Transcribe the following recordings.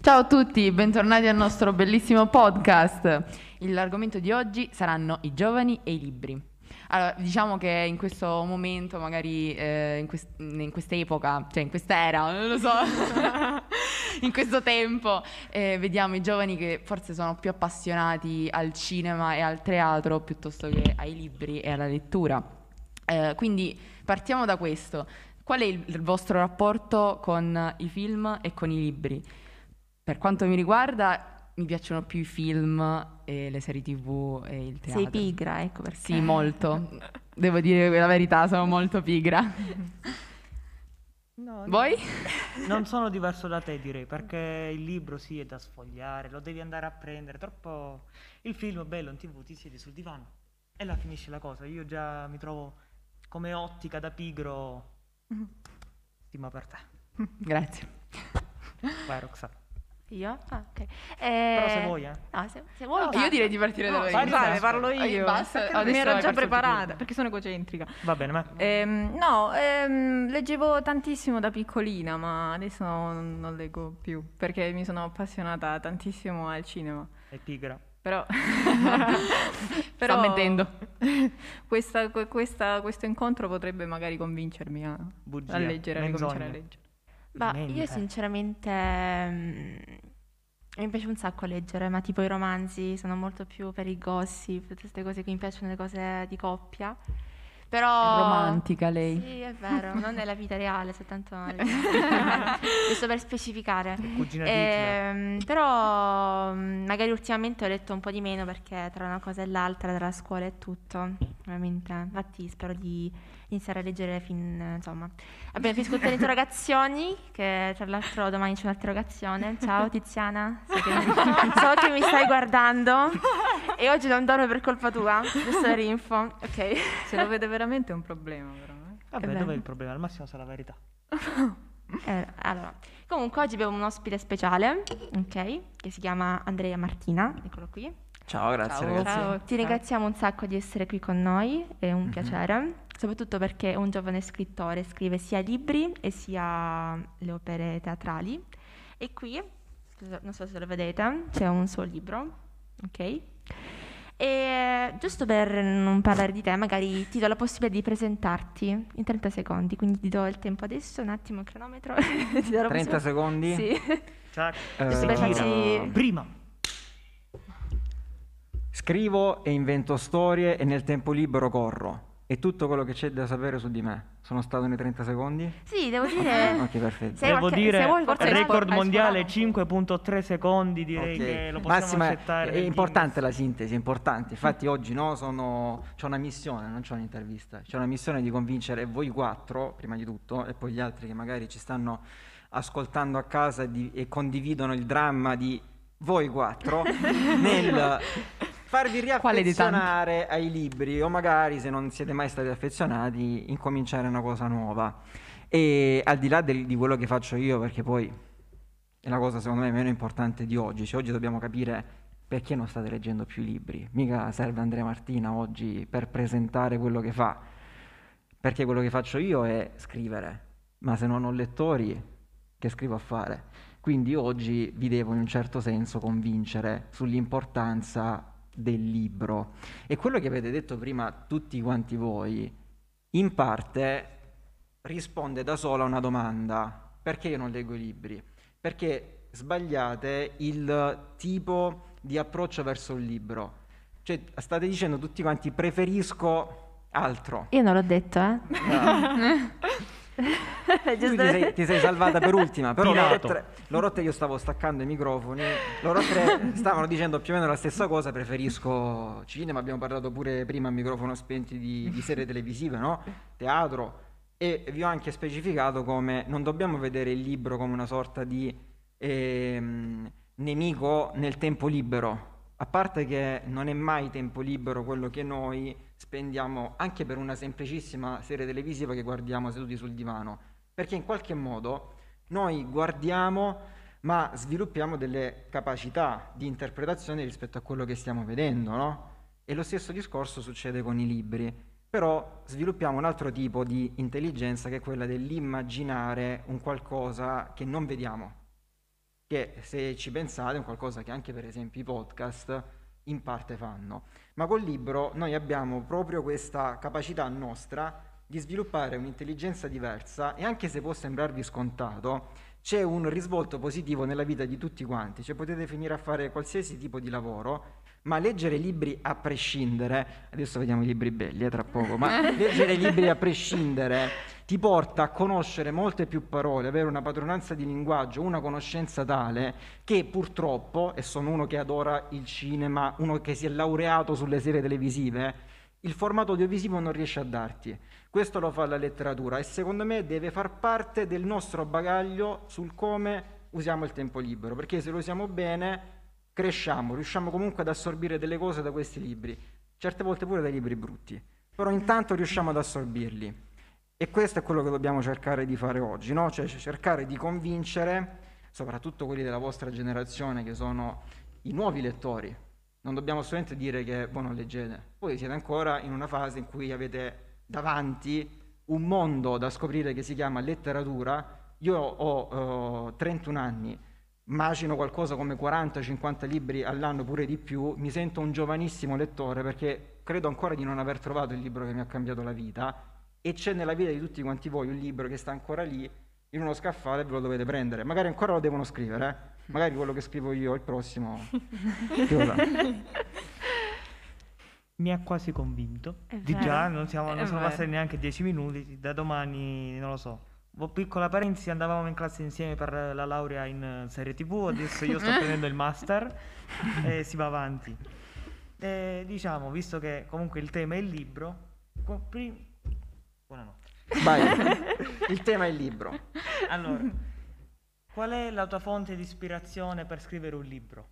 Ciao a tutti, bentornati al nostro bellissimo podcast. L'argomento di oggi saranno i giovani e i libri. Allora, diciamo che in questo momento, magari in quest'epoca, cioè in quest'era, non lo so, in questo tempo, vediamo i giovani che forse sono più appassionati al cinema e al teatro piuttosto che ai libri e alla lettura. Quindi partiamo da questo. Qual è il vostro rapporto con i film e con i libri? Per quanto mi riguarda, mi piacciono più i film e le serie TV e il teatro. Sei pigra, ecco perché. Sì, molto. Devo dire la verità, sono molto pigra. No, Voi? non sono diverso da te, direi, perché il libro sì è da sfogliare, lo devi andare a prendere, troppo. Il film è bello in TV, ti siedi sul divano e là finisce la cosa. Io già mi trovo come ottica da pigro. Stima per te. Grazie. Vai Roxana. Io? Ah, ok. Però se vuoi, No, se vuoi. Io direi di partire da voi. vai, Scusate, parlo io. Basta, Perché adesso mi ero vai già per tutti preparata, tu. perché sono egocentrica. Va bene, ma Leggevo tantissimo da piccolina, ma adesso non leggo più, perché mi sono appassionata tantissimo al cinema. è pigra. Però, Sto mentendo. questo incontro potrebbe magari convincermi a Bugia, leggere, a ricominciare a menzogna. leggere. Ma Meglio, io sinceramente mi piace un sacco leggere, ma tipo i romanzi sono molto più per i gossip, tutte queste cose qui, mi piacciono le cose di coppia. Però È romantica lei. Sì, è vero, non nella vita reale, soltanto giusto per specificare. Cugina di Hitler. Però magari ultimamente ho letto un po' di meno perché tra una cosa e l'altra, tra la scuola e tutto, veramente. Infatti spero di iniziare a leggere insomma. Appena finisco tutte le interrogazioni, che tra l'altro domani c'è un'interrogazione. Ciao Tiziana, so che mi stai guardando e oggi non dormo per colpa tua, giusto per info. Ok. Se lo vede veramente è un problema, però. Vabbè, bene. dov'è il problema? Al massimo sa la verità. Allora, comunque oggi abbiamo un ospite speciale, ok, che si chiama Andrea Martina, eccolo qui. Ciao, grazie Ciao. ragazzi. Ciao. Ti ringraziamo un sacco di essere qui con noi, è un piacere, soprattutto perché è un giovane scrittore, scrive sia libri e sia le opere teatrali. E qui, non so se lo vedete, c'è un suo libro, ok? E giusto per non parlare di te, magari ti do la possibilità di presentarti in 30 secondi, quindi ti do il tempo adesso, un attimo il cronometro. Ti do la 30 possibilità- secondi? Sì. Ciao. Giusto per Gira. farci... Prima. Scrivo e invento storie e nel tempo libero corro. È tutto quello che c'è da sapere su di me. Sono stato nei 30 secondi? Sì, devo dire... Ok, perfetto. Se Devo qualche- dire, se vuoi, forse record hai mondiale sparato. 5.3 secondi, direi Ok. che lo possiamo Massima, accettare. è nel importante la Guinness. sintesi, è importante. Infatti oggi no, c'ho una missione, non c'ho un'intervista. C'ho una missione di convincere voi quattro, prima di tutto, e poi gli altri che magari ci stanno ascoltando a casa e condividono il dramma di voi quattro nel farvi Quale dei tanti? riaffezionare ai libri o magari, se non siete mai stati affezionati, incominciare una cosa nuova. E al di là di quello che faccio io, perché poi è la cosa secondo me meno importante di oggi, cioè oggi dobbiamo capire perché non state leggendo più i libri. Mica serve Andrea Martina oggi per presentare quello che fa, perché quello che faccio io è scrivere, ma se non ho lettori, che scrivo a fare? Quindi oggi vi devo in un certo senso convincere sull'importanza del libro. E quello che avete detto prima tutti quanti voi, in parte risponde da solo a una domanda: perché io non leggo i libri? Perché sbagliate il tipo di approccio verso il libro. Cioè state dicendo tutti quanti preferisco altro. Io non l'ho detto, eh. Tu Giusto- ti sei salvata per ultima, però Pilato. loro tre io stavo staccando i microfoni, loro tre stavano dicendo più o meno la stessa cosa, preferisco cinema, abbiamo parlato pure prima a microfono spenti di serie televisive, no? Teatro, e vi ho anche specificato come non dobbiamo vedere il libro come una sorta di nemico nel tempo libero, a parte che non è mai tempo libero quello che noi spendiamo anche per una semplicissima serie televisiva che guardiamo seduti sul divano, perché in qualche modo noi guardiamo ma sviluppiamo delle capacità di interpretazione rispetto a quello che stiamo vedendo, no? E lo stesso discorso succede con i libri, però sviluppiamo un altro tipo di intelligenza che è quella dell'immaginare un qualcosa che non vediamo, che che se ci pensate è un qualcosa che anche per esempio i podcast in parte fanno. Ma col libro noi abbiamo proprio questa capacità nostra di sviluppare un'intelligenza diversa e anche se può sembrarvi scontato, c'è un risvolto positivo nella vita di tutti quanti, cioè potete finire a fare qualsiasi tipo di lavoro, ma leggere libri a prescindere, adesso vediamo i libri belli tra poco, ma leggere libri a prescindere ti porta a conoscere molte più parole, avere una padronanza di linguaggio, una conoscenza tale che purtroppo, e sono uno che adora il cinema, uno che si è laureato sulle serie televisive, il formato audiovisivo non riesce a darti. Questo lo fa la letteratura e secondo me deve far parte del nostro bagaglio sul come usiamo il tempo libero, perché se lo usiamo bene cresciamo, riusciamo comunque ad assorbire delle cose da questi libri, certe volte pure dai libri brutti, però intanto riusciamo ad assorbirli. E questo è quello che dobbiamo cercare di fare oggi, no? Cioè cercare di convincere, soprattutto quelli della vostra generazione che sono i nuovi lettori. Non dobbiamo solamente dire che voi non leggete, voi siete ancora in una fase in cui avete davanti un mondo da scoprire che si chiama letteratura. Io ho 31 anni, immagino qualcosa come 40-50 libri all'anno, pure di più, mi sento un giovanissimo lettore perché credo ancora di non aver trovato il libro che mi ha cambiato la vita e c'è nella vita di tutti quanti voi un libro che sta ancora lì in uno scaffale e ve lo dovete prendere, magari ancora lo devono scrivere, magari quello che scrivo io il prossimo chi lo sa. Mi ha quasi convinto. È Di vero. già, non sono È passati vero. neanche 10 minuti. Da domani, non lo so. Piccola parentesi, andavamo in classe insieme per la laurea in serie TV. Adesso io sto prendendo il master e si va avanti. E diciamo, visto che comunque il tema è il libro, buonanotte. Vai, il tema è il libro. Allora, qual è la tua fonte di ispirazione per scrivere un libro?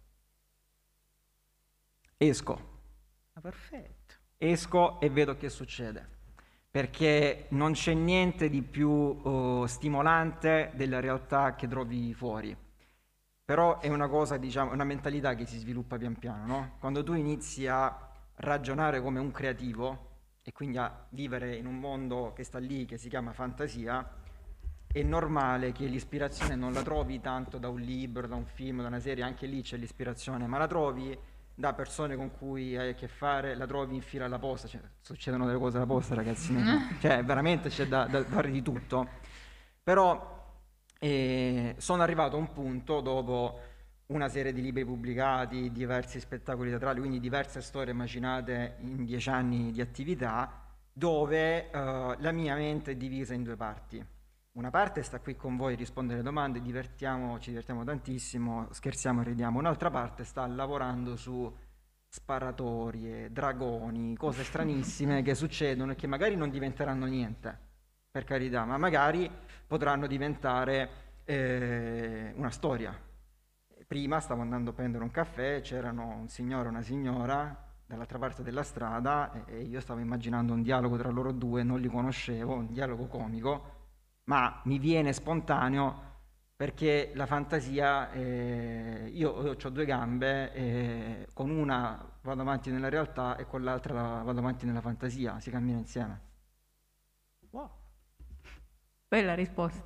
Esco Perfetto. e vedo che succede, perché non c'è niente di più stimolante della realtà che trovi fuori. Però è una cosa, diciamo, una mentalità che si sviluppa pian piano, no? Quando tu inizi a ragionare come un creativo e quindi a vivere in un mondo che sta lì, che si chiama fantasia, è normale che l'ispirazione non la trovi tanto da un libro, da un film, da una serie, anche lì c'è l'ispirazione, ma la trovi da persone con cui hai a che fare, la trovi in fila alla posta, cioè, succedono delle cose alla posta, ragazzi, cioè veramente c'è da fare di tutto. Però sono arrivato a un punto, dopo una serie di libri pubblicati, diversi spettacoli teatrali, quindi diverse storie immaginate in 10 anni di attività, dove la mia mente è divisa in due parti. Una parte sta qui con voi a rispondere alle domande, ci divertiamo tantissimo, scherziamo e ridiamo. Un'altra parte sta lavorando su sparatorie, dragoni, cose stranissime che succedono e che magari non diventeranno niente, per carità, ma magari potranno diventare una storia. Prima stavo andando a prendere un caffè, c'erano un signore e una signora dall'altra parte della strada e io stavo immaginando un dialogo tra loro due, non li conoscevo, un dialogo comico, ma mi viene spontaneo perché la fantasia, io ho due gambe, con una vado avanti nella realtà e con l'altra vado avanti nella fantasia, si cammina insieme. Wow. Bella risposta.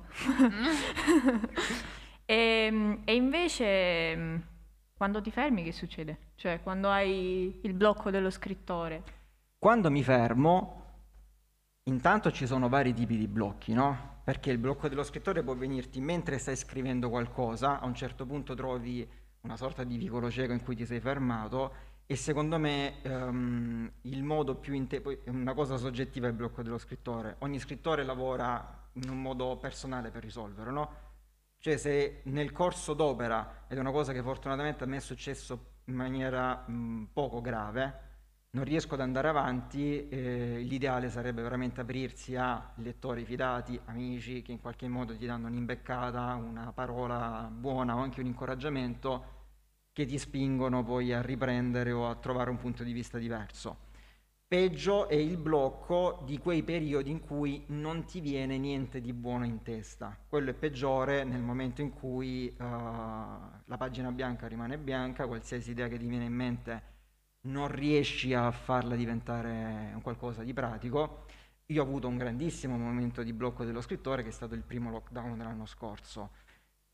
E invece, quando ti fermi, che succede? Cioè, quando hai il blocco dello scrittore? Quando mi fermo, intanto ci sono vari tipi di blocchi, no? Perché il blocco dello scrittore può venirti mentre stai scrivendo qualcosa, a un certo punto trovi una sorta di vicolo cieco in cui ti sei fermato e secondo me il modo più poi è una cosa soggettiva il blocco dello scrittore. Ogni scrittore lavora in un modo personale per risolverlo, no? Cioè se nel corso d'opera, ed è una cosa che fortunatamente a me è successo in maniera poco grave, non riesco ad andare avanti, l'ideale sarebbe veramente aprirsi a lettori fidati, amici che in qualche modo ti danno un'imbeccata, una parola buona o anche un incoraggiamento che ti spingono poi a riprendere o a trovare un punto di vista diverso. Peggio è il blocco di quei periodi in cui non ti viene niente di buono in testa. Quello è peggiore nel momento in cui la pagina bianca rimane bianca, qualsiasi idea che ti viene in mente non riesci a farla diventare un qualcosa di pratico. Io ho avuto un grandissimo momento di blocco dello scrittore che è stato il primo lockdown dell'anno scorso,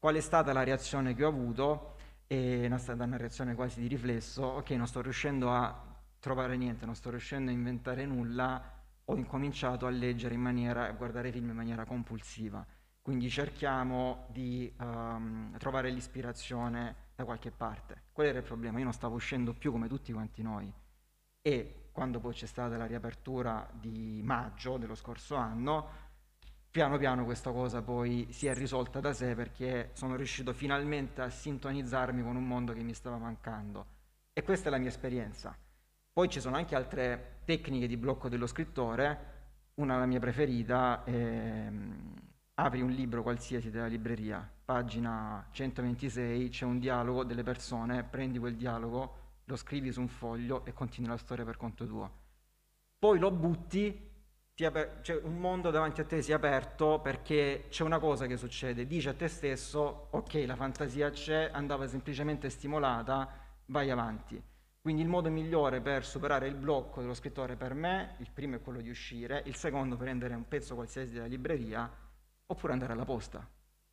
Qual è stata la reazione che ho avuto? È stata una reazione quasi di riflesso: ok, non sto riuscendo a trovare niente, non sto riuscendo a inventare nulla, ho incominciato a leggere a guardare film in maniera compulsiva. Quindi cerchiamo di trovare l'ispirazione da qualche parte. Qual era il problema? Io non stavo uscendo più come tutti quanti noi, e quando poi c'è stata la riapertura di maggio dello scorso anno, piano piano questa cosa poi si è risolta da sé, perché sono riuscito finalmente a sintonizzarmi con un mondo che mi stava mancando, e questa è la mia esperienza. Poi ci sono anche altre tecniche di blocco dello scrittore. Una, la mia preferita, è apri un libro qualsiasi della libreria, pagina 126, c'è un dialogo delle persone, prendi quel dialogo, lo scrivi su un foglio e continui la storia per conto tuo. Poi lo butti, c'è un mondo davanti a te, si è aperto, perché c'è una cosa che succede, dici a te stesso: ok, la fantasia c'è, andava semplicemente stimolata, vai avanti. Quindi il modo migliore per superare il blocco dello scrittore, per me, il primo è quello di uscire, il secondo prendere un pezzo qualsiasi della libreria, oppure andare alla posta.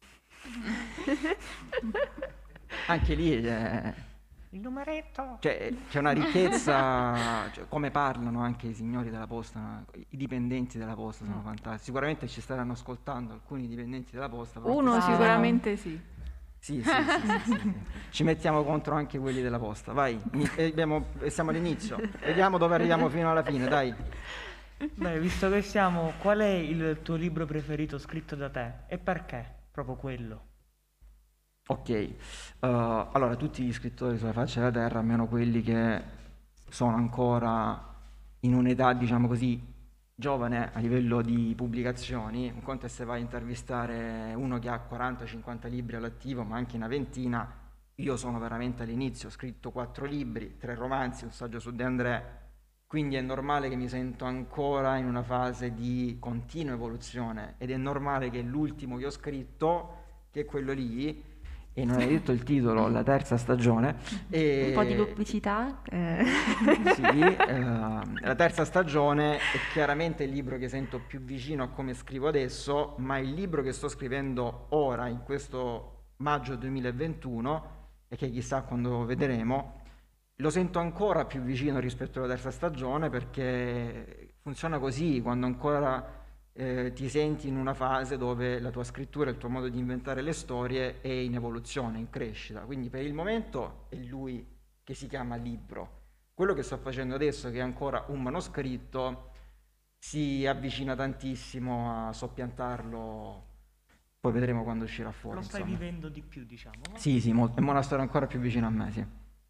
Anche lì Il numeretto! c'è una ricchezza, come parlano anche i signori della posta, no? I dipendenti della posta sono fantastici. Sicuramente ci staranno ascoltando alcuni dipendenti della posta. Però Uno sicuramente sì. Sì. Ci mettiamo contro anche quelli della posta. Vai, siamo all'inizio. Vediamo dove arriviamo fino alla fine, dai. Beh, visto che siamo, qual è il tuo libro preferito scritto da te e perché proprio quello? Ok, allora tutti gli scrittori sulla faccia della terra, almeno quelli che sono ancora in un'età, diciamo così, giovane a livello di pubblicazioni, un conto è se vai a intervistare uno che ha 40-50 libri all'attivo, ma anche una ventina. Io sono veramente all'inizio, ho scritto 4 libri, 3 romanzi, un saggio su De André, quindi è normale che mi sento ancora in una fase di continua evoluzione, ed è normale che l'ultimo che ho scritto, che è quello lì, e non hai detto il titolo, la terza stagione. Un po' di pubblicità. Sì, la terza stagione è chiaramente il libro che sento più vicino a come scrivo adesso, ma il libro che sto scrivendo ora, in questo maggio 2021, e che chissà quando vedremo, lo sento ancora più vicino rispetto alla terza stagione, perché funziona così, quando ancora ti senti in una fase dove la tua scrittura, il tuo modo di inventare le storie è in evoluzione, in crescita. Quindi per il momento è lui che si chiama libro. Quello che sto facendo adesso, che è ancora un manoscritto, si avvicina tantissimo a soppiantarlo, poi vedremo quando uscirà fuori. Lo stai insomma. vivendo di più, diciamo, no? Sì, è una storia ancora più vicina a me, sì.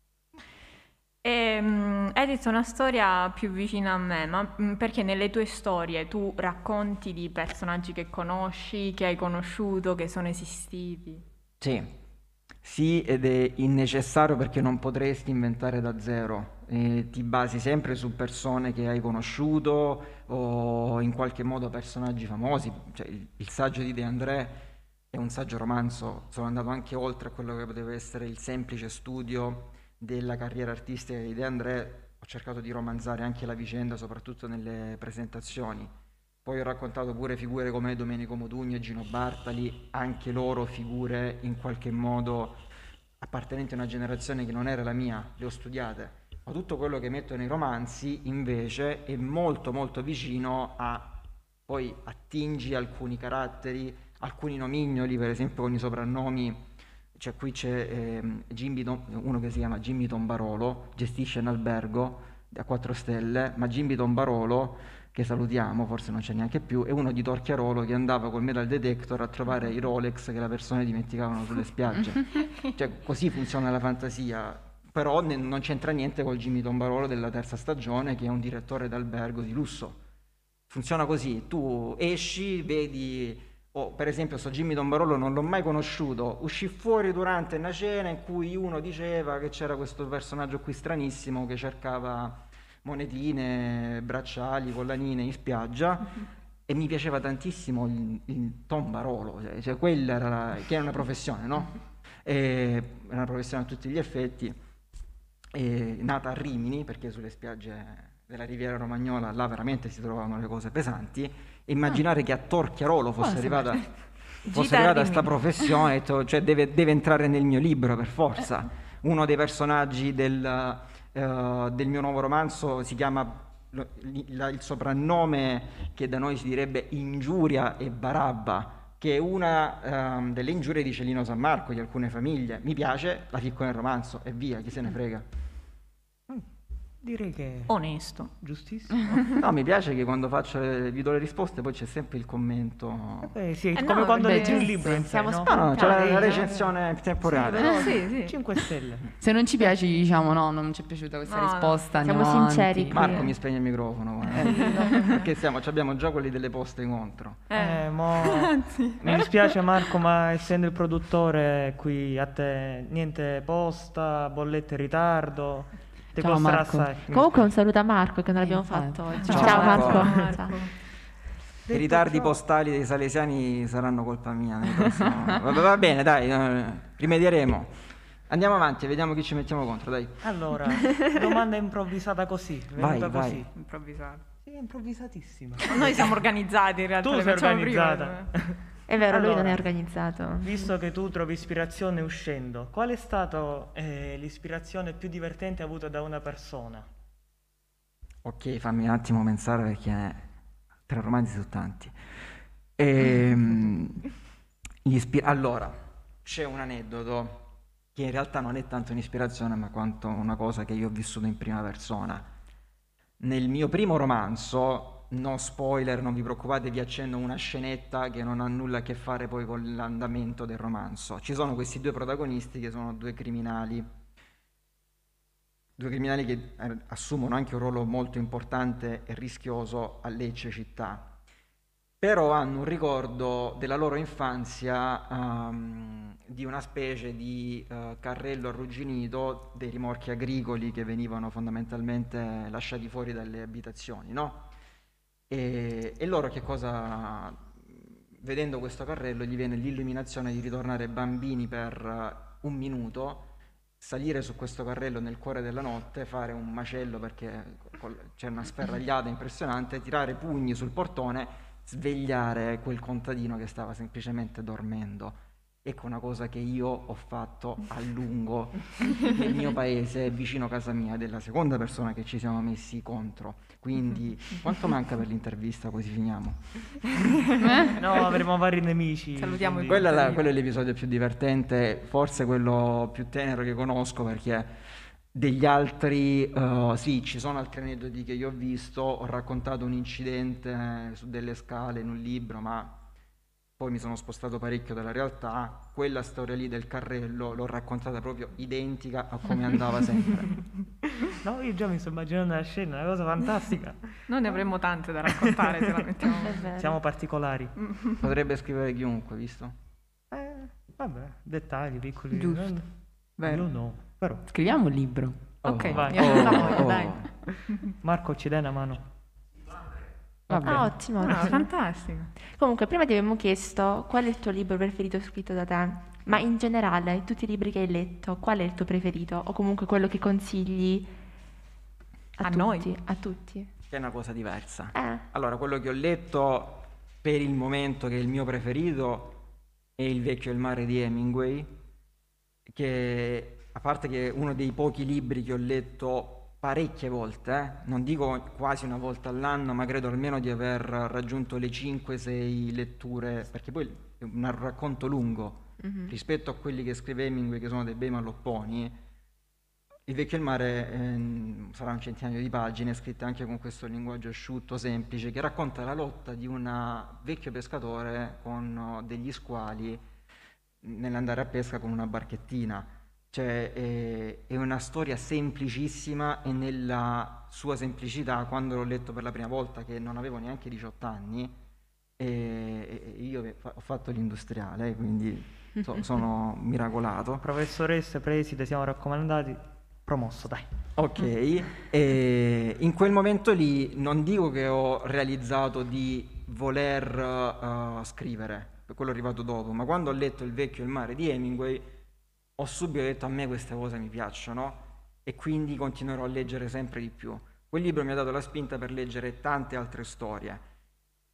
Hai detto una storia più vicina a me, ma perché nelle tue storie tu racconti di personaggi che conosci, che hai conosciuto, che sono esistiti? Sì, ed è innecessario, perché non potresti inventare da zero. Ti basi sempre su persone che hai conosciuto o in qualche modo personaggi famosi. Cioè, il saggio di De André è un saggio romanzo, sono andato anche oltre a quello che poteva essere il semplice studio della carriera artistica di De André. Ho cercato di romanzare anche la vicenda, soprattutto nelle presentazioni. Poi ho raccontato pure figure come Domenico Modugno e Gino Bartali, anche loro figure in qualche modo appartenenti a una generazione che non era la mia, le ho studiate. Ma tutto quello che metto nei romanzi invece è molto molto vicino a, poi attingi alcuni caratteri, alcuni nomignoli, per esempio con i soprannomi. Cioè, qui c'è uno che si chiama Jimmy Tombarolo, gestisce un albergo a 4 stelle, ma Jimmy Tombarolo, che salutiamo, forse non c'è neanche più, è uno di Torchiarolo che andava col metal detector a trovare i Rolex che le persone dimenticavano sulle spiagge. Cioè, così funziona la fantasia, però non c'entra niente col Jimmy Tombarolo della terza stagione, che è un direttore d'albergo di lusso. Funziona così, tu esci, vedi... per esempio, sto Jimmy Tombarolo non l'ho mai conosciuto, uscì fuori durante una cena in cui uno diceva che c'era questo personaggio qui stranissimo che cercava monetine, bracciali, collanine in spiaggia, e mi piaceva tantissimo il Tombarolo, cioè quella era che è una professione, no? È una professione a tutti gli effetti, è nata a Rimini, perché sulle spiagge della Riviera Romagnola là veramente si trovavano le cose pesanti. Immaginare che a Torchiarolo fosse arrivata fosse Gita, arrivata a dimmi. sta professione, ho detto, cioè deve entrare nel mio libro per forza. Uno dei personaggi del mio nuovo romanzo si chiama, il soprannome che da noi si direbbe Ingiuria e Barabba, che è una delle ingiurie di Celino San Marco, di alcune famiglie. Mi piace, la ficco nel romanzo e via, chi se ne frega. Direi che Onesto. giustissimo. No, mi piace che quando vi do le risposte poi c'è sempre il commento. Sì, no, come quando beh, leggi un giusto, libro in sé, siamo no? No, c'è la Sì, recensione in tempo reale. Però Sì. 5 stelle. Se non ci piace, diciamo no, non ci è piaciuta questa No, no. risposta. Siamo andiamo sinceri avanti. qui. Marco mi spegne il microfono, guarda. Perché abbiamo già quelli delle poste contro. Mi dispiace Marco, ma essendo il produttore qui a te niente posta, bollette in ritardo, ti Ciao, costerà Marco. assai. Mi Comunque un saluto a Marco che non l'abbiamo infatti. fatto oggi. Ciao, Ciao, Marco. Marco. Ciao. I ritardi postali dei salesiani saranno colpa mia. Va bene, dai, rimedieremo. Andiamo avanti, vediamo chi ci mettiamo contro, dai. Allora, domanda improvvisata così, venuta Vai. così. Improvvisato. Sì, improvvisatissima. Noi siamo organizzati in realtà. Tu le sei facciamo organizzata. prima. È vero, lui Allora, non è organizzato. Visto che tu trovi ispirazione uscendo, qual è stata l'ispirazione più divertente avuta da una persona? Ok, fammi un attimo pensare perché 3 romanzi sono tanti. Allora, c'è un aneddoto che in realtà non è tanto un'ispirazione, ma quanto una cosa che io ho vissuto in prima persona. Nel mio primo romanzo, no spoiler, non vi preoccupate, vi accendo una scenetta che non ha nulla a che fare poi con l'andamento del romanzo. Ci sono questi 2 protagonisti che sono 2 criminali che assumono anche un ruolo molto importante e rischioso a Lecce città, però hanno un ricordo della loro infanzia di una specie di carrello arrugginito, dei rimorchi agricoli che venivano fondamentalmente lasciati fuori dalle abitazioni, no? E loro che cosa, vedendo questo carrello, gli viene l'illuminazione di ritornare bambini per 1 minuto, salire su questo carrello nel cuore della notte, fare un macello perché c'è una sferragliata impressionante, tirare pugni sul portone, svegliare quel contadino che stava semplicemente dormendo. Ecco una cosa che io ho fatto a lungo nel mio paese, vicino a casa mia, ed è la seconda persona che ci siamo messi contro. Quindi, quanto manca per l'intervista? Così finiamo. No, avremo vari nemici. Salutiamo quindi- i Quello è l'episodio più divertente, forse quello più tenero che conosco, perché degli altri, sì, ci sono altri aneddoti che io ho visto, ho raccontato un incidente su delle scale in un libro, ma poi mi sono spostato parecchio dalla realtà. Quella storia lì del carrello l'ho raccontata proprio identica a come andava sempre. No, io già mi sto immaginando la scena, una cosa fantastica. Noi ne avremmo tante da raccontare se la mettiamo. È vero. Siamo particolari. Potrebbe scrivere chiunque, visto? Vabbè, dettagli piccoli. Giusto. Vero. Io no, però. Scriviamo un libro. Ok, vai. andiamo alla voglia, dai. Marco, ci dai una mano? Vabbè. Ah, ottimo. Ah, ottimo. fantastico. Comunque, prima ti abbiamo chiesto qual è il tuo libro preferito scritto da te, ma in generale, tutti i libri che hai letto, qual è il tuo preferito? O comunque quello che consigli a A tutti? noi? A tutti. Che è una cosa diversa. Eh, Allora, quello che ho letto per il momento che è il mio preferito è Il vecchio e il mare di Hemingway, che a parte che è uno dei pochi libri che ho letto parecchie volte, non dico quasi una volta all'anno, ma credo almeno di aver raggiunto le 5-6 letture, perché poi è un racconto lungo rispetto a quelli che scrive Hemingway, che sono dei bei mallopponi. Il vecchio e il mare sarà un centinaio di pagine, scritte anche con questo linguaggio asciutto, semplice, che racconta la lotta di un vecchio pescatore con degli squali nell'andare a pesca con una barchettina. Cioè è una storia semplicissima, e nella sua semplicità, quando l'ho letto per la prima volta, che non avevo neanche 18 anni, e io ho fatto l'industriale, quindi sono miracolato. Professoresse, preside, siamo raccomandati. Promosso, dai. Ok, e in quel momento lì non dico che ho realizzato di voler scrivere, per quello è arrivato dopo, ma quando ho letto Il vecchio e il mare di Hemingway ho subito detto: a me queste cose mi piacciono e quindi continuerò a leggere sempre di più. Quel libro mi ha dato la spinta per leggere tante altre storie.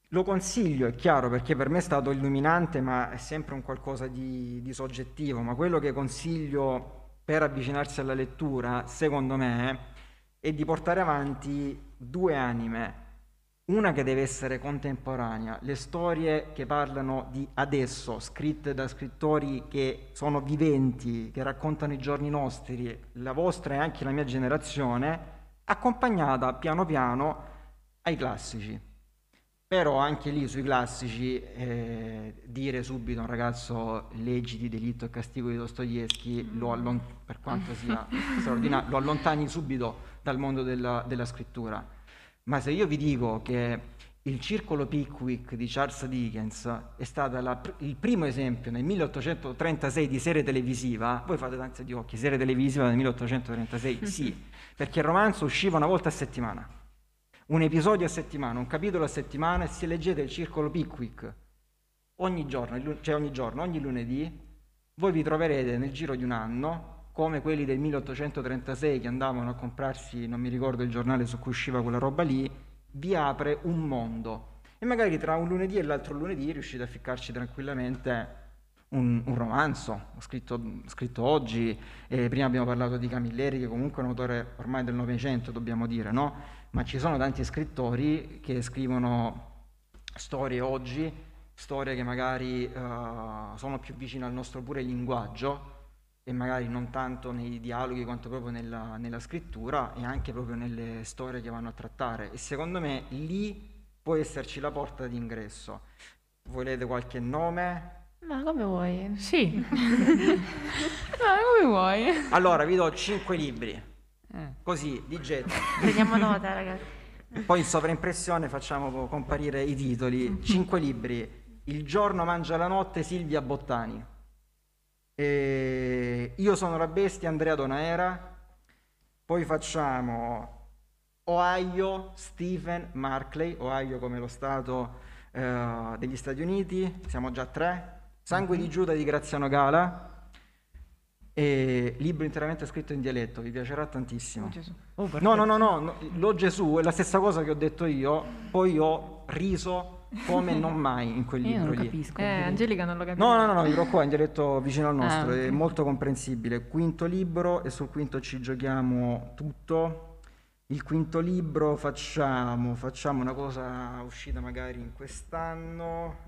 Lo consiglio, è chiaro, perché per me è stato illuminante, ma è sempre un qualcosa di soggettivo. Ma quello che consiglio per avvicinarsi alla lettura, secondo me, è di portare avanti due anime. Una che deve essere contemporanea, le storie che parlano di adesso, scritte da scrittori che sono viventi, che raccontano i giorni nostri, la vostra e anche la mia generazione, accompagnata piano piano ai classici. Però anche lì sui classici dire subito a un ragazzo leggi di Delitto e Castigo di Dostoevskij, per quanto sia straordinario, lo allontani subito dal mondo della scrittura. Ma se io vi dico che il Circolo Pickwick di Charles Dickens è stato il primo esempio nel 1836 di serie televisiva, voi fate danza di occhi, serie televisiva nel 1836? Sì, perché il romanzo usciva una volta a settimana, un episodio a settimana, un capitolo a settimana, e se leggete il Circolo Pickwick ogni giorno, ogni lunedì, voi vi troverete nel giro di un anno come quelli del 1836 che andavano a comprarsi, non mi ricordo il giornale su cui usciva quella roba lì, vi apre un mondo. E magari tra un lunedì e l'altro lunedì riuscite a ficcarci tranquillamente un romanzo scritto oggi. Prima abbiamo parlato di Camilleri, che comunque è un autore ormai del Novecento, dobbiamo dire, no? Ma ci sono tanti scrittori che scrivono storie oggi, storie che magari sono più vicine al nostro pure linguaggio, e magari non tanto nei dialoghi quanto proprio nella scrittura, e anche proprio nelle storie che vanno a trattare. E secondo me lì può esserci la porta d'ingresso. Volete qualche nome? Ma come vuoi? Sì. No, come vuoi? Allora vi do 5 libri, così di getto. Prendiamo nota, ragazzi. Poi in sovraimpressione facciamo comparire i titoli. 5 libri: Il giorno mangia la notte, Silvia Bottani. Io sono la bestia, Andrea Donaera. Poi facciamo Ohio, Stephen Markley, Ohio come lo stato degli Stati Uniti, siamo già 3. Sangue di Giuda di Graziano Gala, libro interamente scritto in dialetto, vi piacerà tantissimo. Gesù. No, Lo Gesù è la stessa cosa che ho detto io, poi ho riso come non mai in quel Io libro non lo lì. capisco. Angelica non lo capisce. No, mi preoccupa, è un dialetto vicino al nostro, ok. è molto comprensibile. Quinto libro, e sul quinto ci giochiamo tutto. Il quinto libro facciamo una cosa uscita magari in quest'anno.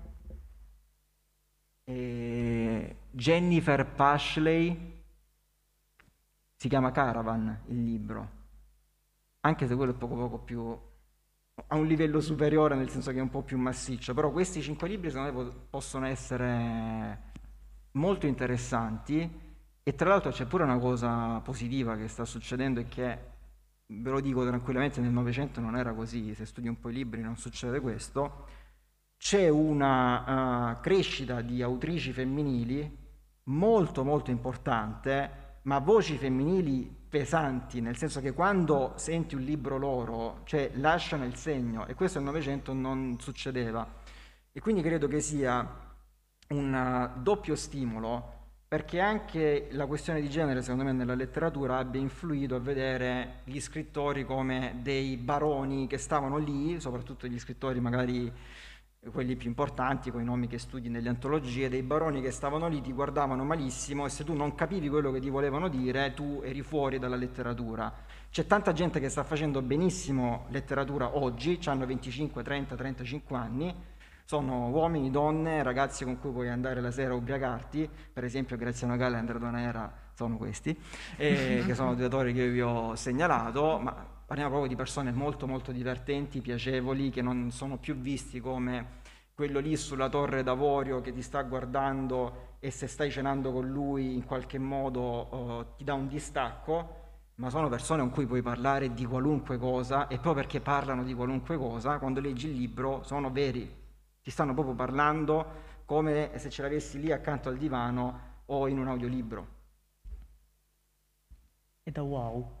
Jennifer Pashley, si chiama Caravan il libro, anche se quello è poco più a un livello superiore, nel senso che è un po' più massiccio. Però questi 5 libri secondo me possono essere molto interessanti. E tra l'altro c'è pure una cosa positiva che sta succedendo, e che ve lo dico tranquillamente, nel Novecento non era così, se studi un po' i libri non succede questo. C'è una crescita di autrici femminili molto molto importante, ma voci femminili pesanti, nel senso che quando senti un libro loro, cioè lasciano il segno, e questo nel Novecento non succedeva. E quindi credo che sia un doppio stimolo, perché anche la questione di genere, secondo me, nella letteratura abbia influito a vedere gli scrittori come dei baroni che stavano lì, soprattutto gli scrittori magari quelli più importanti, con i nomi che studi nelle antologie, dei baroni che stavano lì, ti guardavano malissimo, e se tu non capivi quello che ti volevano dire, tu eri fuori dalla letteratura. C'è tanta gente che sta facendo benissimo letteratura oggi, hanno 25, 30, 35 anni, sono uomini, donne, ragazzi con cui puoi andare la sera a ubriacarti, per esempio Graziano Gala e Andrea Donaera sono questi, che sono due autori che vi ho segnalato, ma parliamo proprio di persone molto molto divertenti, piacevoli, che non sono più visti come quello lì sulla torre d'avorio che ti sta guardando e se stai cenando con lui in qualche modo ti dà un distacco, ma sono persone con cui puoi parlare di qualunque cosa, e proprio perché parlano di qualunque cosa, quando leggi il libro sono veri, ti stanno proprio parlando come se ce l'avessi lì accanto al divano o in un audiolibro. E da wow.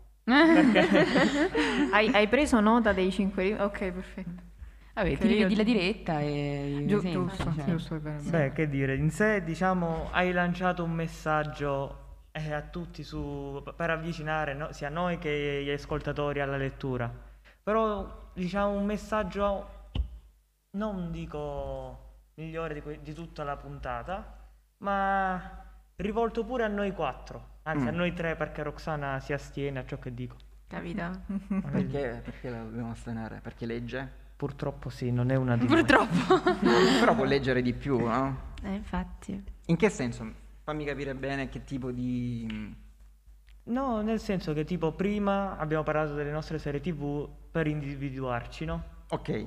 Hai preso nota dei 5 libri? Ok, perfetto. Vabbè, ti rivedi la diretta e Giusto, cioè. giusto. Beh, che dire, in sé, diciamo, hai lanciato un messaggio a tutti per avvicinare sia noi che gli ascoltatori alla lettura. Però, diciamo, un messaggio non dico migliore di tutta la puntata, ma rivolto pure a noi 4, anzi a noi 3, perché Roxana si astiene a ciò che dico. Capito? Perché la dobbiamo astenere? Perché legge? Purtroppo sì, non è una di noi. Purtroppo. Però può leggere di più, no? Infatti. In che senso? Fammi capire bene che tipo di... No, nel senso che tipo prima abbiamo parlato delle nostre serie TV per individuarci, no? Ok,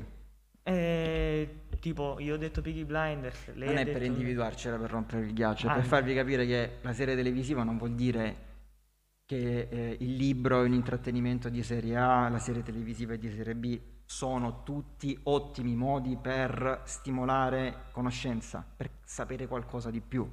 E tipo io ho detto Peaky Blinders, lei non ha è per detto... individuarci, era per rompere il ghiaccio, è per Anche. farvi capire che la serie televisiva non vuol dire che il libro è un intrattenimento di serie A, la serie televisiva è di serie B, sono tutti ottimi modi per stimolare conoscenza, per sapere qualcosa di più.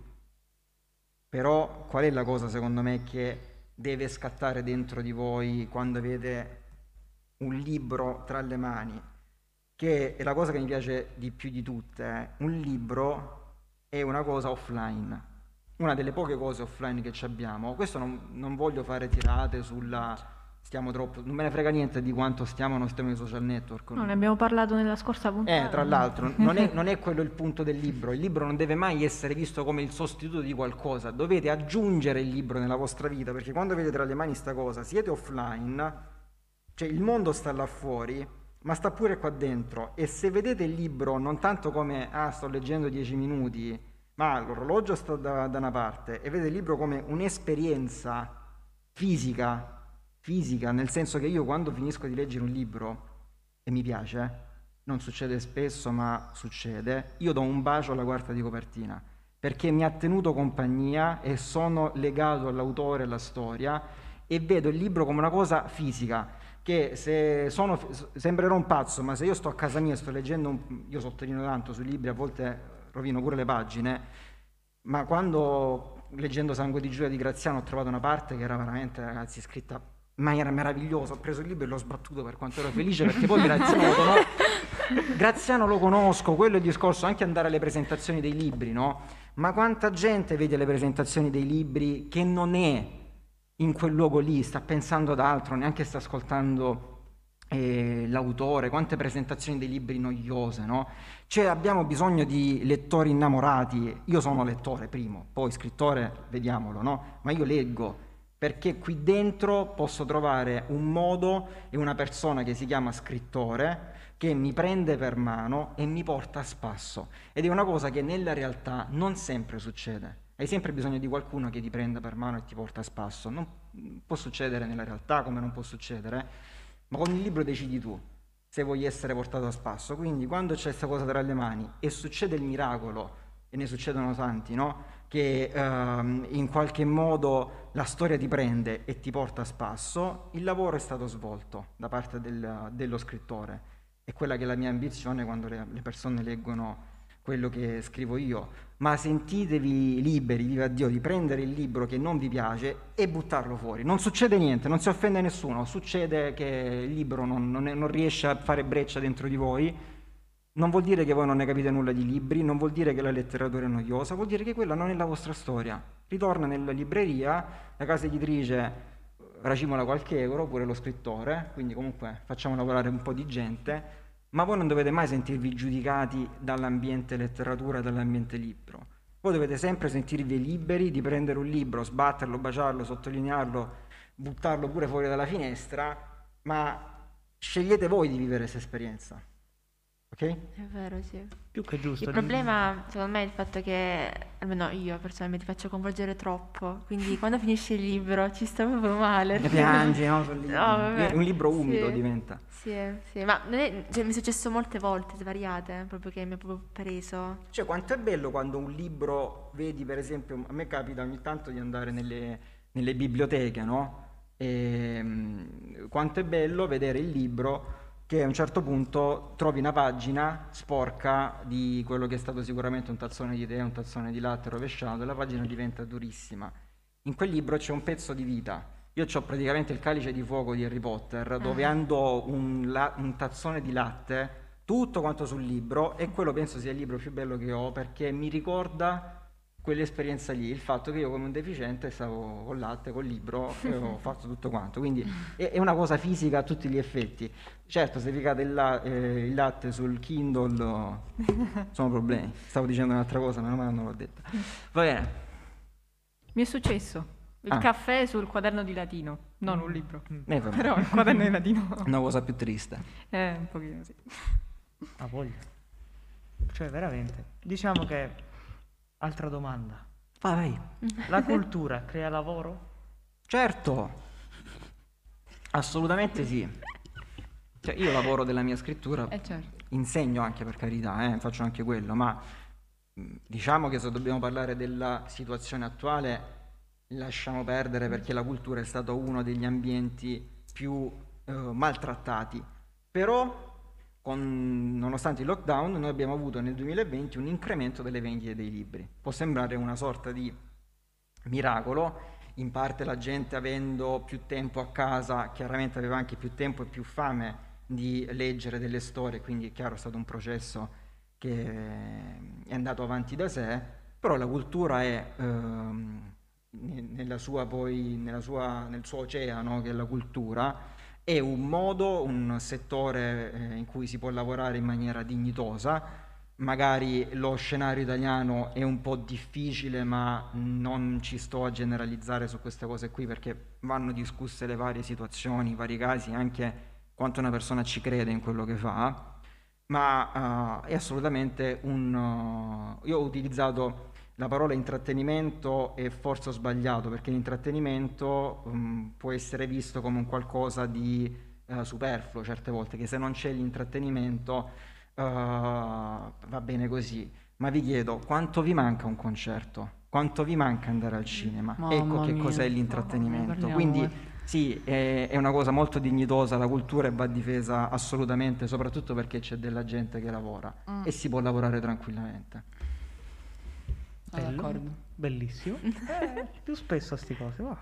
Però qual è la cosa secondo me che deve scattare dentro di voi quando avete un libro tra le mani? Che è la cosa che mi piace di più di tutte, un libro è una cosa offline, una delle poche cose offline che ci abbiamo. Questo non voglio fare tirate sulla stiamo troppo, non me ne frega niente di quanto stiamo o non stiamo nei social network. No, ne abbiamo parlato nella scorsa puntata. Tra l'altro, non è quello il punto del libro. Il libro non deve mai essere visto come il sostituto di qualcosa. Dovete aggiungere il libro nella vostra vita, perché quando avete tra le mani sta cosa, siete offline, cioè il mondo sta là fuori, ma sta pure qua dentro. E se vedete il libro non tanto come, sto leggendo 10 minuti, ma l'orologio sta da una parte, e vedete il libro come un'esperienza fisica, nel senso che io quando finisco di leggere un libro e mi piace, non succede spesso ma succede, io do un bacio alla quarta di copertina perché mi ha tenuto compagnia e sono legato all'autore, alla storia, e vedo il libro come una cosa fisica, che sembrerò un pazzo, ma se io sto a casa mia e sto leggendo, io sottolineo tanto sui libri, a volte rovino pure le pagine, ma quando leggendo Sangue di Giulia di Graziano ho trovato una parte che era veramente, ragazzi, scritta in maniera meravigliosa, ho preso il libro e l'ho sbattuto per quanto ero felice, perché poi Graziano lo conosco, quello è il discorso, anche andare alle presentazioni dei libri, no? Ma quanta gente vede le presentazioni dei libri che non è in quel luogo lì, sta pensando ad altro, neanche sta ascoltando l'autore, quante presentazioni dei libri noiose, no? Cioè abbiamo bisogno di lettori innamorati. Io sono lettore primo, poi scrittore, vediamolo, no? Ma io leggo perché qui dentro posso trovare un modo e una persona che si chiama scrittore che mi prende per mano e mi porta a spasso, ed è una cosa che nella realtà non sempre succede. Hai sempre bisogno di qualcuno che ti prenda per mano e ti porta a spasso. Non può succedere nella realtà, come non può succedere, ma con il libro decidi tu se vuoi essere portato a spasso. Quindi quando c'è questa cosa tra le mani e succede il miracolo, e ne succedono tanti, no? Che in qualche modo la storia ti prende e ti porta a spasso, il lavoro è stato svolto da parte dello scrittore. È quella che è la mia ambizione quando le persone leggono quello che scrivo io. Ma sentitevi liberi, viva Dio, di prendere il libro che non vi piace e buttarlo fuori. Non succede niente, non si offende nessuno, succede che il libro non riesce a fare breccia dentro di voi. Non vuol dire che voi non ne capite nulla di libri, non vuol dire che la letteratura è noiosa, vuol dire che quella non è la vostra storia. Ritorna nella libreria, la casa editrice racimola qualche euro, pure lo scrittore, quindi comunque facciamo lavorare un po' di gente, ma voi non dovete mai sentirvi giudicati dall'ambiente letteratura, dall'ambiente libro. Voi dovete sempre sentirvi liberi di prendere un libro, sbatterlo, baciarlo, sottolinearlo, buttarlo pure fuori dalla finestra, ma scegliete voi di vivere questa esperienza. Ok? È vero, sì. Più che giusto. Il problema, secondo me, è il fatto che, almeno io personalmente, faccio coinvolgere troppo, quindi quando finisce il libro ci sto proprio male. Ne piangi, no? Sul libro. No, vabbè. Un libro umido Sì. diventa. Sì, ma non è- cioè, mi è successo molte volte, svariate, proprio che mi ha proprio preso. Cioè, quanto è bello quando un libro, vedi per esempio, a me capita ogni tanto di andare nelle biblioteche, no? Quanto è bello vedere il libro che a un certo punto trovi una pagina sporca di quello che è stato sicuramente un tazzone di tè, un tazzone di latte rovesciato, e la pagina diventa durissima. In quel libro c'è un pezzo di vita. Io ho praticamente il calice di fuoco di Harry Potter, dove ando un tazzone di latte, tutto quanto sul libro, e quello penso sia il libro più bello che ho, perché mi ricorda quell'esperienza lì, il fatto che io come un deficiente stavo col latte, col libro e ho fatto tutto quanto, quindi è una cosa fisica a tutti gli effetti. Certo, se vi cade il latte sul Kindle sono problemi. Stavo dicendo un'altra cosa, meno male non l'ho detta. Va bene. Mi è successo il caffè sul quaderno di latino, non un libro, Vabbè. però il quaderno di latino. Una cosa più triste. Un pochino sì. Ah, voglia. Cioè, veramente. Diciamo che... Altra domanda. Vai. La cultura crea lavoro? Certo. Assolutamente sì. Cioè, io lavoro della mia scrittura, Certo. insegno anche per carità, faccio anche quello, ma diciamo che se dobbiamo parlare della situazione attuale lasciamo perdere, perché la cultura è stato uno degli ambienti più maltrattati. Però nonostante il lockdown noi abbiamo avuto nel 2020 un incremento delle vendite dei libri. Può sembrare una sorta di miracolo, in parte la gente avendo più tempo a casa chiaramente aveva anche più tempo e più fame di leggere delle storie, quindi è chiaro, è stato un processo che è andato avanti da sé, però la cultura è nel suo oceano, che è la cultura, è un modo, un settore in cui si può lavorare in maniera dignitosa. Magari lo scenario italiano è un po' difficile, ma non ci sto a generalizzare su queste cose qui, perché vanno discusse le varie situazioni, i vari casi, anche quanto una persona ci crede in quello che fa, ma è assolutamente io ho utilizzato la parola intrattenimento e forse ho sbagliato, perché l'intrattenimento può essere visto come un qualcosa di superfluo certe volte, che se non c'è l'intrattenimento va bene così. Ma vi chiedo, quanto vi manca un concerto? Quanto vi manca andare al cinema? Mamma Ecco che mia. cos'è l'intrattenimento. Parliamo, Quindi sì, è una cosa molto dignitosa la cultura e va difesa assolutamente, soprattutto perché c'è della gente che lavora e si può lavorare tranquillamente. Bello, d'accordo. bellissimo. Più spesso sti cose, va.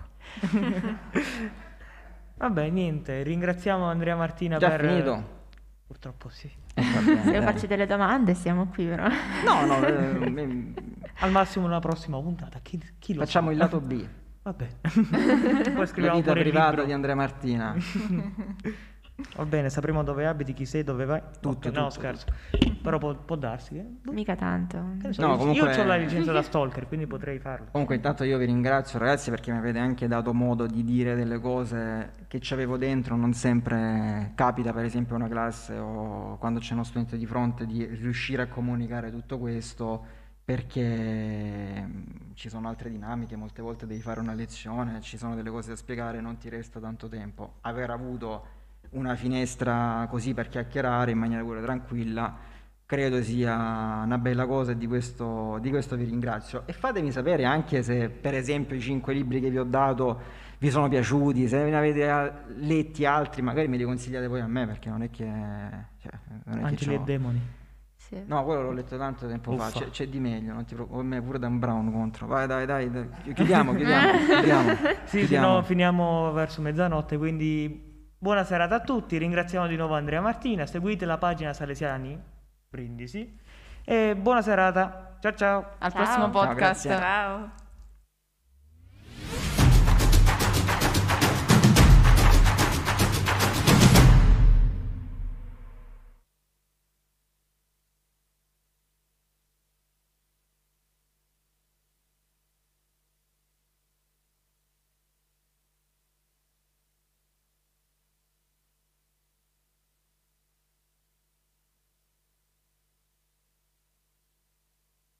Vabbè, niente, ringraziamo Andrea Martina Già per... finito? Purtroppo sì. Va bene, Se vuoi dai. farci delle domande, siamo qui però. No, Al massimo una prossima puntata, chi lo facciamo sa? il lato B, Vabbè. Poi la scriviamo vita pure il privata libro. di Andrea Martina. Va bene, sapremo dove abiti, chi sei, dove vai. Tutto, Ok, no, tutto, scherzo. Però può darsi. Mica tanto. Che ne so, No, io comunque- ho la licenza da stalker, quindi potrei farlo. Comunque intanto io vi ringrazio ragazzi, perché mi avete anche dato modo di dire delle cose che c'avevo dentro. Non sempre capita, per esempio a una classe o quando c'è uno studente di fronte, di riuscire a comunicare tutto questo, perché ci sono altre dinamiche, molte volte devi fare una lezione, ci sono delle cose da spiegare, non ti resta tanto tempo. Aver avuto una finestra così per chiacchierare in maniera pure tranquilla credo sia una bella cosa, e di questo vi ringrazio. E fatemi sapere anche se per esempio i 5 libri che vi ho dato vi sono piaciuti, se ne avete letti altri magari me li consigliate voi a me, perché non è che Angeli e demoni. Sì. no, quello l'ho letto tanto tempo fa, Uffa. c'è di meglio, non ti preoccupare, me pure Dan Brown contro. Vai, dai, chiudiamo. Sì, chiudiamo. no, finiamo verso mezzanotte, quindi buona serata a tutti. Ringraziamo di nuovo Andrea Martina. Seguite la pagina Salesiani Brindisi e buona serata. Ciao ciao. Al Ciao. prossimo Ciao, podcast. grazie. Ciao.